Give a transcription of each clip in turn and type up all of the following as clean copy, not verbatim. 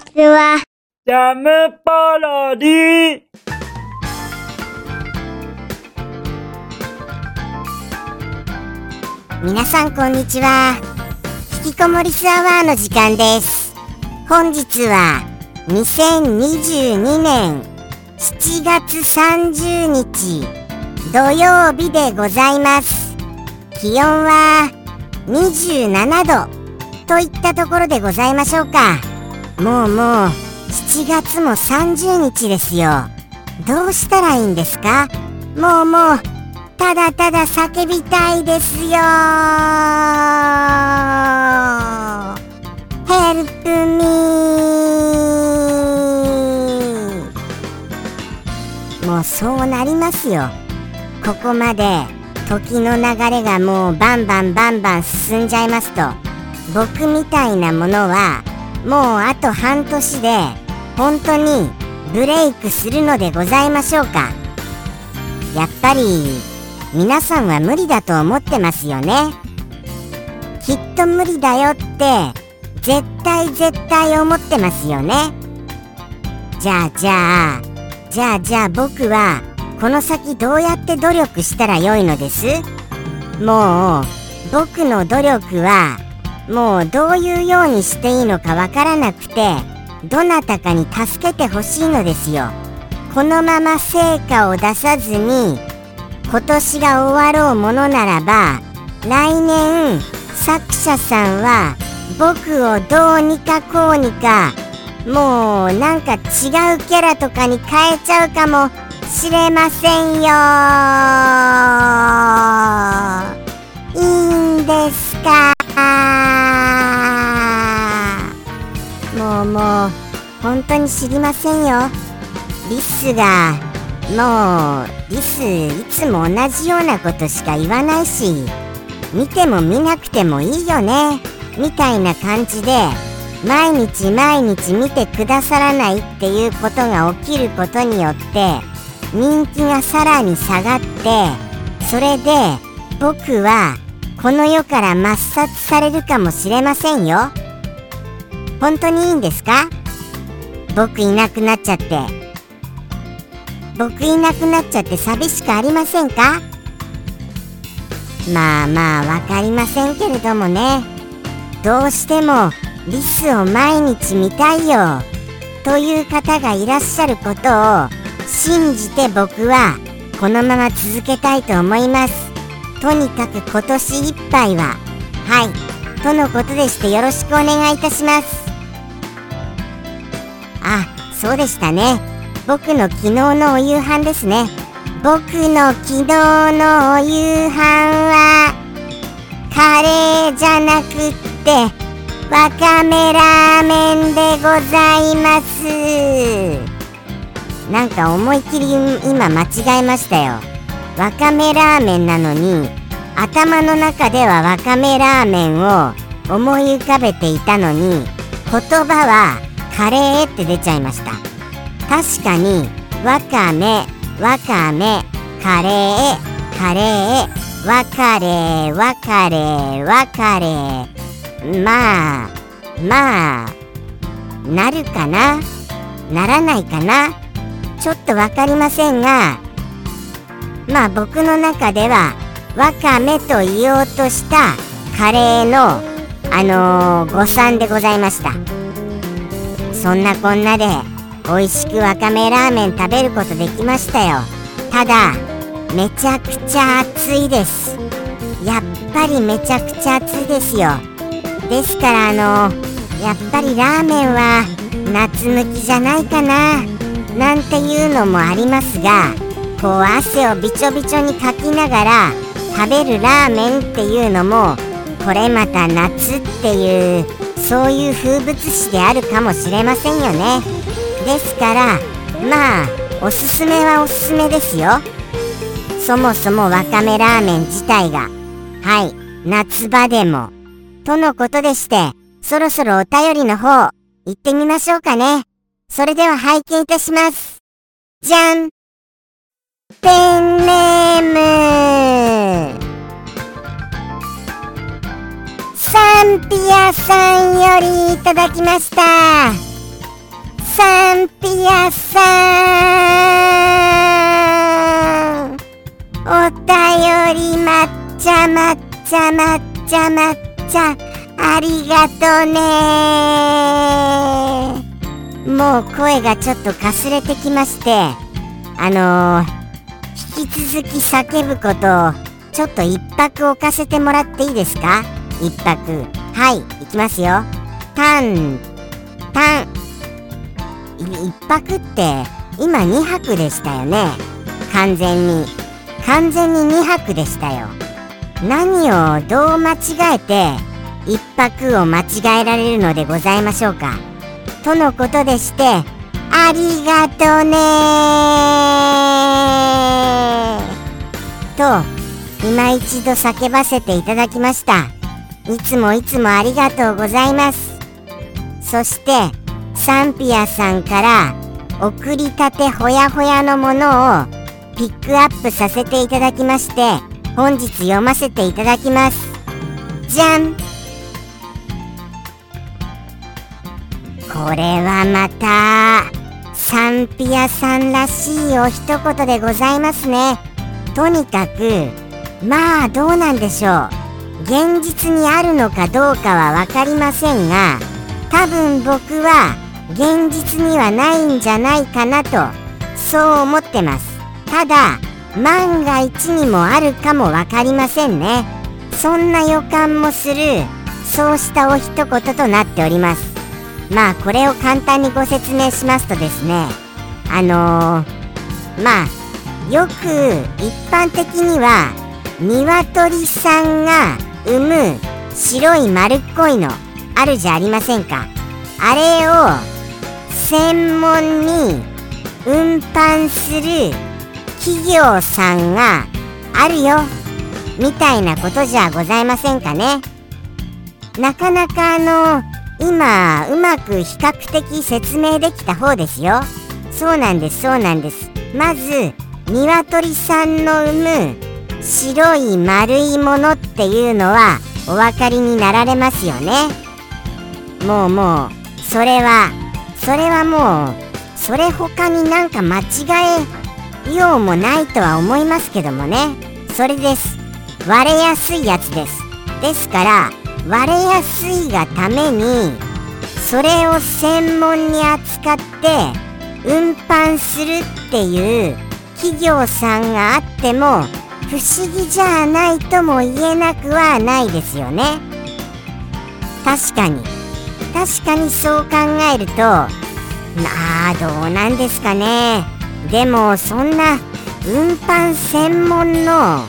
ちは。 ジャムパロディ。 皆さんこんにちは。引きこもりスアワーの時間です。本日は2022年7月30日土曜日でございます。気温は27度といったところでございましょうか。もう7月も30日ですよ。どうしたらいいんですか？もうただただ叫びたいですよ。Help me。 もうそうなりますよ。ここまで時の流れがもうバンバン進んじゃいますと、僕みたいなものはもうあと半年で本当にブレイクするのでございましょうか。やっぱり皆さんは無理だと思ってますよね。きっと無理だよって絶対思ってますよね。じゃあ僕はこの先どうやって努力したらよいのです？もう僕の努力はもうどういうようにしていいのかわからなくて、どなたかに助けてほしいのですよ。このまま成果を出さずに今年が終わろうものならば、来年作者さんは僕をどうにかこうにかもうなんか違うキャラとかに変えちゃうかもしれませんよ。いいんですか？もう本当に知りませんよ。リスがもうリスいつも同じようなことしか言わないし、見ても見なくてもいいよねみたいな感じで毎日見てくださらないっていうことが起きることによって人気がさらに下がって、それで僕はこの世から抹殺されるかもしれませんよ。本当にいいんですか？僕いなくなっちゃって寂しくありませんか？まあわかりませんけれどもね、どうしてもリスを毎日見たいよという方がいらっしゃることを信じて僕はこのまま続けたいと思います。とにかく今年いっぱいはとのことでして、よろしくお願いいたします。あ、そうでしたね。僕の昨日のお夕飯ですね。僕の昨日のお夕飯はカレーじゃなくってわかめラーメンでございます。なんか思いっきり今間違えましたよ。わかめラーメンなのに頭の中ではわかめラーメンを思い浮かべていたのに、言葉はカレーって出ちゃいました。確かにわかめカレーわかれまあなるかなならないかな、ちょっとわかりませんが、まあ僕の中ではわかめと言おうとしたカレーの誤算でございました。そんなこんなで美味しくわかめラーメン食べることできましたよ。ただめちゃくちゃ暑いです。やっぱりめちゃくちゃ暑いですよ。ですからやっぱりラーメンは夏向きじゃないかななんていうのもありますが、こう汗をびちょびちょにかきながら食べるラーメンっていうのもこれまた夏っていうそういう風物詩であるかもしれませんよね。ですからまあおすすめはおすすめですよ。そもそもわかめラーメン自体が夏場でもとのことでして、そろそろお便りの方行ってみましょうかね。それでは拝見いたします。じゃん。ペンネームサンピアさんよりいただきました。 サンピアさん、お便り抹茶抹茶抹茶抹茶ありがとね。もう声がちょっとかすれてきまして、引き続き叫ぶことをちょっと一泊置かせてもらっていいですか？一泊。はい、いきますよ。タンタン。一泊って今2泊でしたよね。完全に2泊でしたよ。何をどう間違えて一泊を間違えられるのでございましょうか。とのことでして、ありがとねと今一度叫ばせていただきました。いつもありがとうございます。そしてサンピアさんから送りたてほやほやのものをピックアップさせていただきまして、本日読ませていただきます。じゃん。これはまたサンピアさんらしいお一言でございますね。とにかくまあどうなんでしょう。現実にあるのかどうかはわかりませんが、多分僕は現実にはないんじゃないかなとそう思ってます。ただ万が一にもあるかもわかりませんね。そんな予感もする、そうしたお一言となっております。まあこれを簡単にご説明しますとですね、まあよく一般的には鶏さんが産む白い丸っこいのあるじゃありませんか。あれを専門に運搬する企業さんがあるよみたいなことじゃございませんかね。なかなか今うまく比較的説明できた方ですよ。そうなんです。まず鶏さんの産む白い丸いものっていうのはお分かりになられますよね。もうそれはもうそれ他になんか間違えようもないとは思いますけどもね。それです。割れやすいやつです。ですから割れやすいがためにそれを専門に扱って運搬するっていう企業さんがあっても不思議じゃないとも言えなくはないですよね。確かにそう考えるとどうなんですかね。でもそんな運搬専門の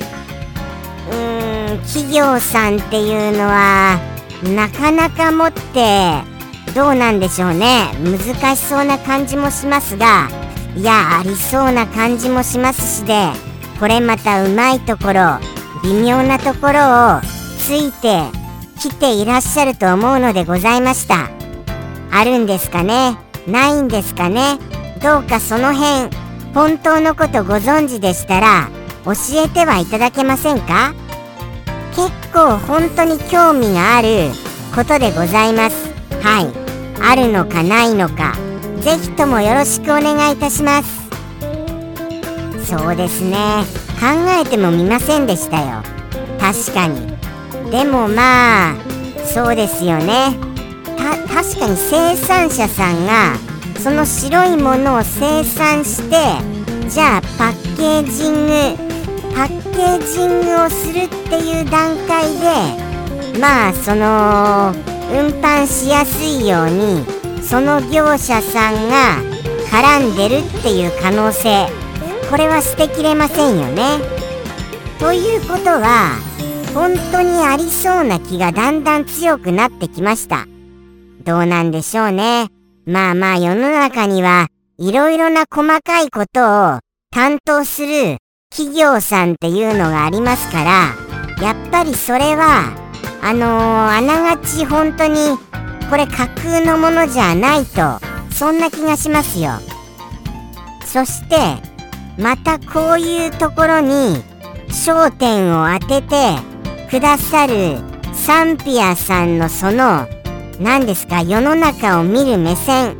企業さんっていうのはなかなかもってどうなんでしょうね。難しそうな感じもしますが、いやありそうな感じもしますしで、これまたうまいところ微妙なところをついてきていらっしゃると思うのでございました。あるんですかね、ないんですかね。どうかその辺本当のことご存知でしたら教えてはいただけませんか。結構本当に興味があることでございます。はい、あるのかないのか、ぜひともよろしくお願いいたします。そうですね、考えてもみませんでしたよ。確かに。でもまあそうですよね。確かに生産者さんがその白いものを生産して、じゃあパッケージングをするっていう段階で、まあその運搬しやすいようにその業者さんが絡んでるっていう可能性、これは捨てきれませんよね。ということは本当にありそうな気がだんだん強くなってきました。どうなんでしょうね。まあ世の中にはいろいろな細かいことを担当する企業さんっていうのがありますから、やっぱりそれはあながち本当にこれ架空のものじゃないと、そんな気がしますよ。そしてまたこういうところに焦点を当ててくださるサンピアさんのその何ですか、世の中を見る目線、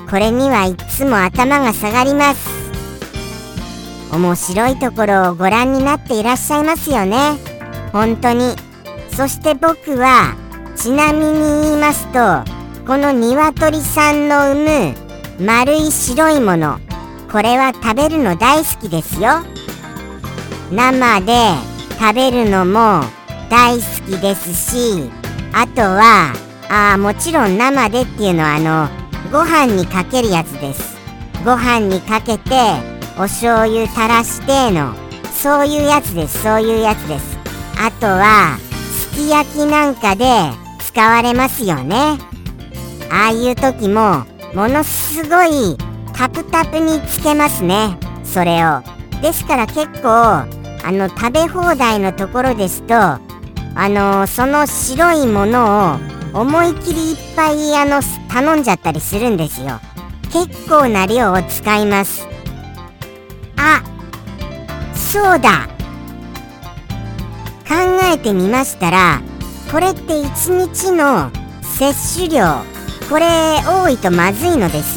これにはいつも頭が下がります。面白いところをご覧になっていらっしゃいますよね。本当に。そして僕はちなみに言いますと、この鶏さんの産む丸い白いもの、これは食べるの大好きですよ。生で食べるのも大好きですし、あとはもちろん生でっていうのはご飯にかけるやつです。ご飯にかけてお醤油垂らしての、そういうやつです。そういうやつです。あとはすき焼きなんかで使われますよね。ああいう時もものすごいタプタプにつけますね、それを。ですから結構食べ放題のところですとその白いものを思い切りいっぱい頼んじゃったりするんですよ。結構な量を使います。そうだ、考えてみましたら、これって1日の摂取量、これ多いとまずいのです。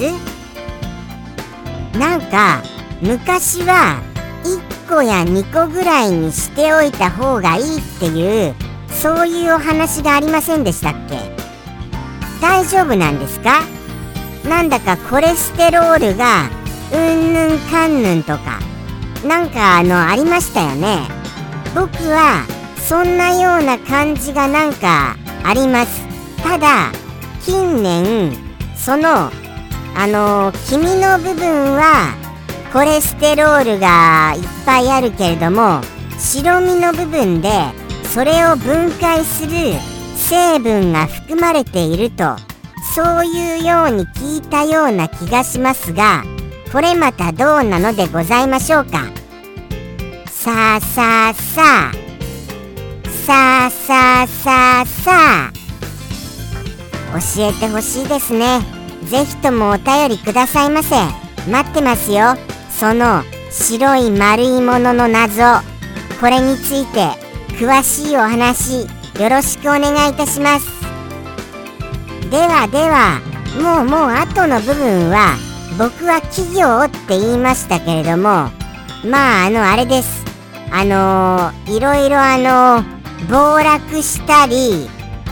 なんか昔は1個や2個ぐらいにしておいた方がいいっていう、そういうお話がありませんでしたっけ？大丈夫なんですか？なんだかコレステロールがうんぬんかんぬんとかなんかありましたよね。僕はそんなような感じがなんかあります。ただ近年その黄身の部分はコレステロールがいっぱいあるけれども、白身の部分でそれを分解する成分が含まれていると、そういうように聞いたような気がしますが、これまたどうなのでございましょうか。さあさあさあさあさあさあさあ、教えてほしいですね。ぜひともお便りくださいませ。待ってますよ。その白い丸いものの謎、これについて詳しいお話よろしくお願いいたします。ではもう後の部分は僕は企業って言いましたけれども、あれです。いろいろ暴落したり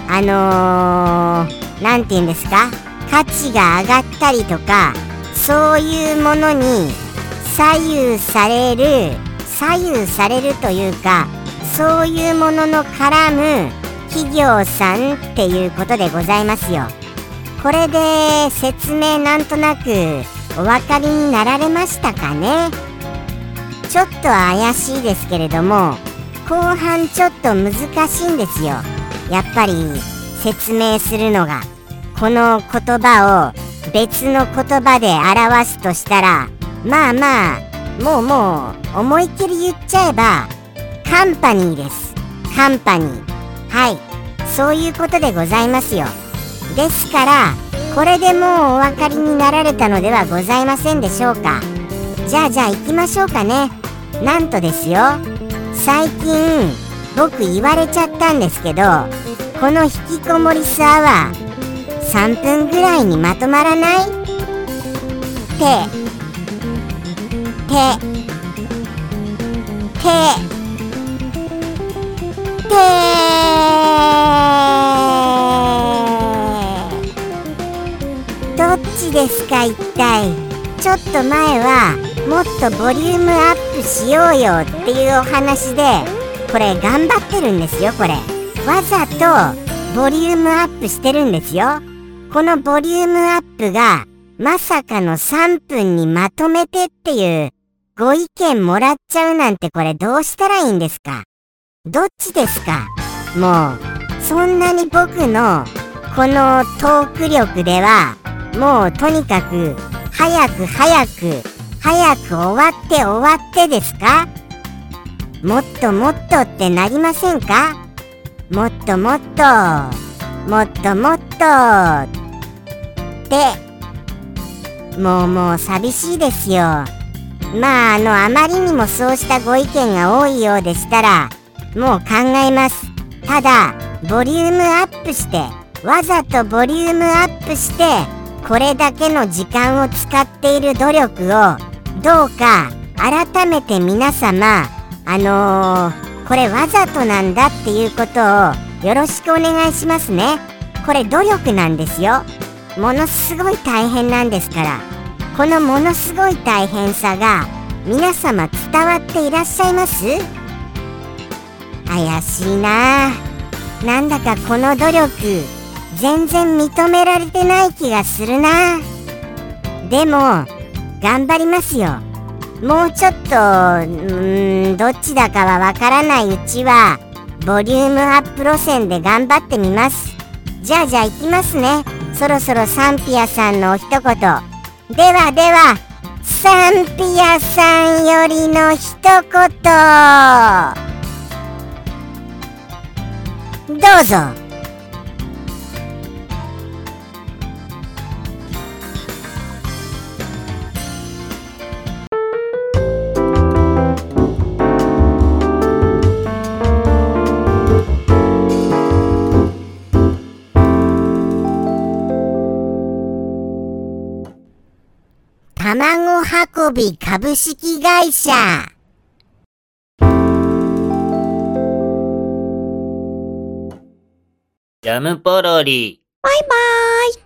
なんて言うんですか、価値が上がったりとか、そういうものに左右されるというか、そういうものの絡む企業さんっていうことでございますよ。これで説明なんとなくお分かりになられましたかね。ちょっと怪しいですけれども、後半ちょっと難しいんですよ。やっぱり説明するのが、この言葉を別の言葉で表すとしたら、もう思いっきり言っちゃえばカンパニーです。カンパニー、はい、そういうことでございますよ。ですからこれでもうお分かりになられたのではございませんでしょうか。じゃあ行きましょうかね。なんとですよ、最近僕言われちゃったんですけど、この引きこもりスアワー3分ぐらいにまとまらない？どっちですか一体。ちょっと前はもっとボリュームアップしようよっていうお話で、これ頑張ってるんですよ。これわざとボリュームアップしてるんですよ。このボリュームアップがまさかの3分にまとめてっていうご意見もらっちゃうなんて、これどうしたらいいんですか？どっちですか？もうそんなに僕のこのトーク力ではもうとにかく早く終わってですか？もっともっとってなりませんか？もっとってもう寂しいですよ。あまりにもそうしたご意見が多いようでしたらもう考えます。ただボリュームアップして、わざとボリュームアップしてこれだけの時間を使っている努力をどうか改めて皆様これわざとなんだっていうことをよろしくお願いしますね。これ努力なんですよ。ものすごい大変なんですから。このものすごい大変さが皆様伝わっていらっしゃいます？怪しいな。なんだかこの努力全然認められてない気がするな。でも頑張りますよ。もうちょっとどっちだかはわからないうちはボリュームアップ路線で頑張ってみます。じゃあ行きますね。そろそろサンピアさんのお一言。ではサンピアさんよりの一言どうぞ。卵運び株式会社。 ジャムポロリ。 バイバーイ。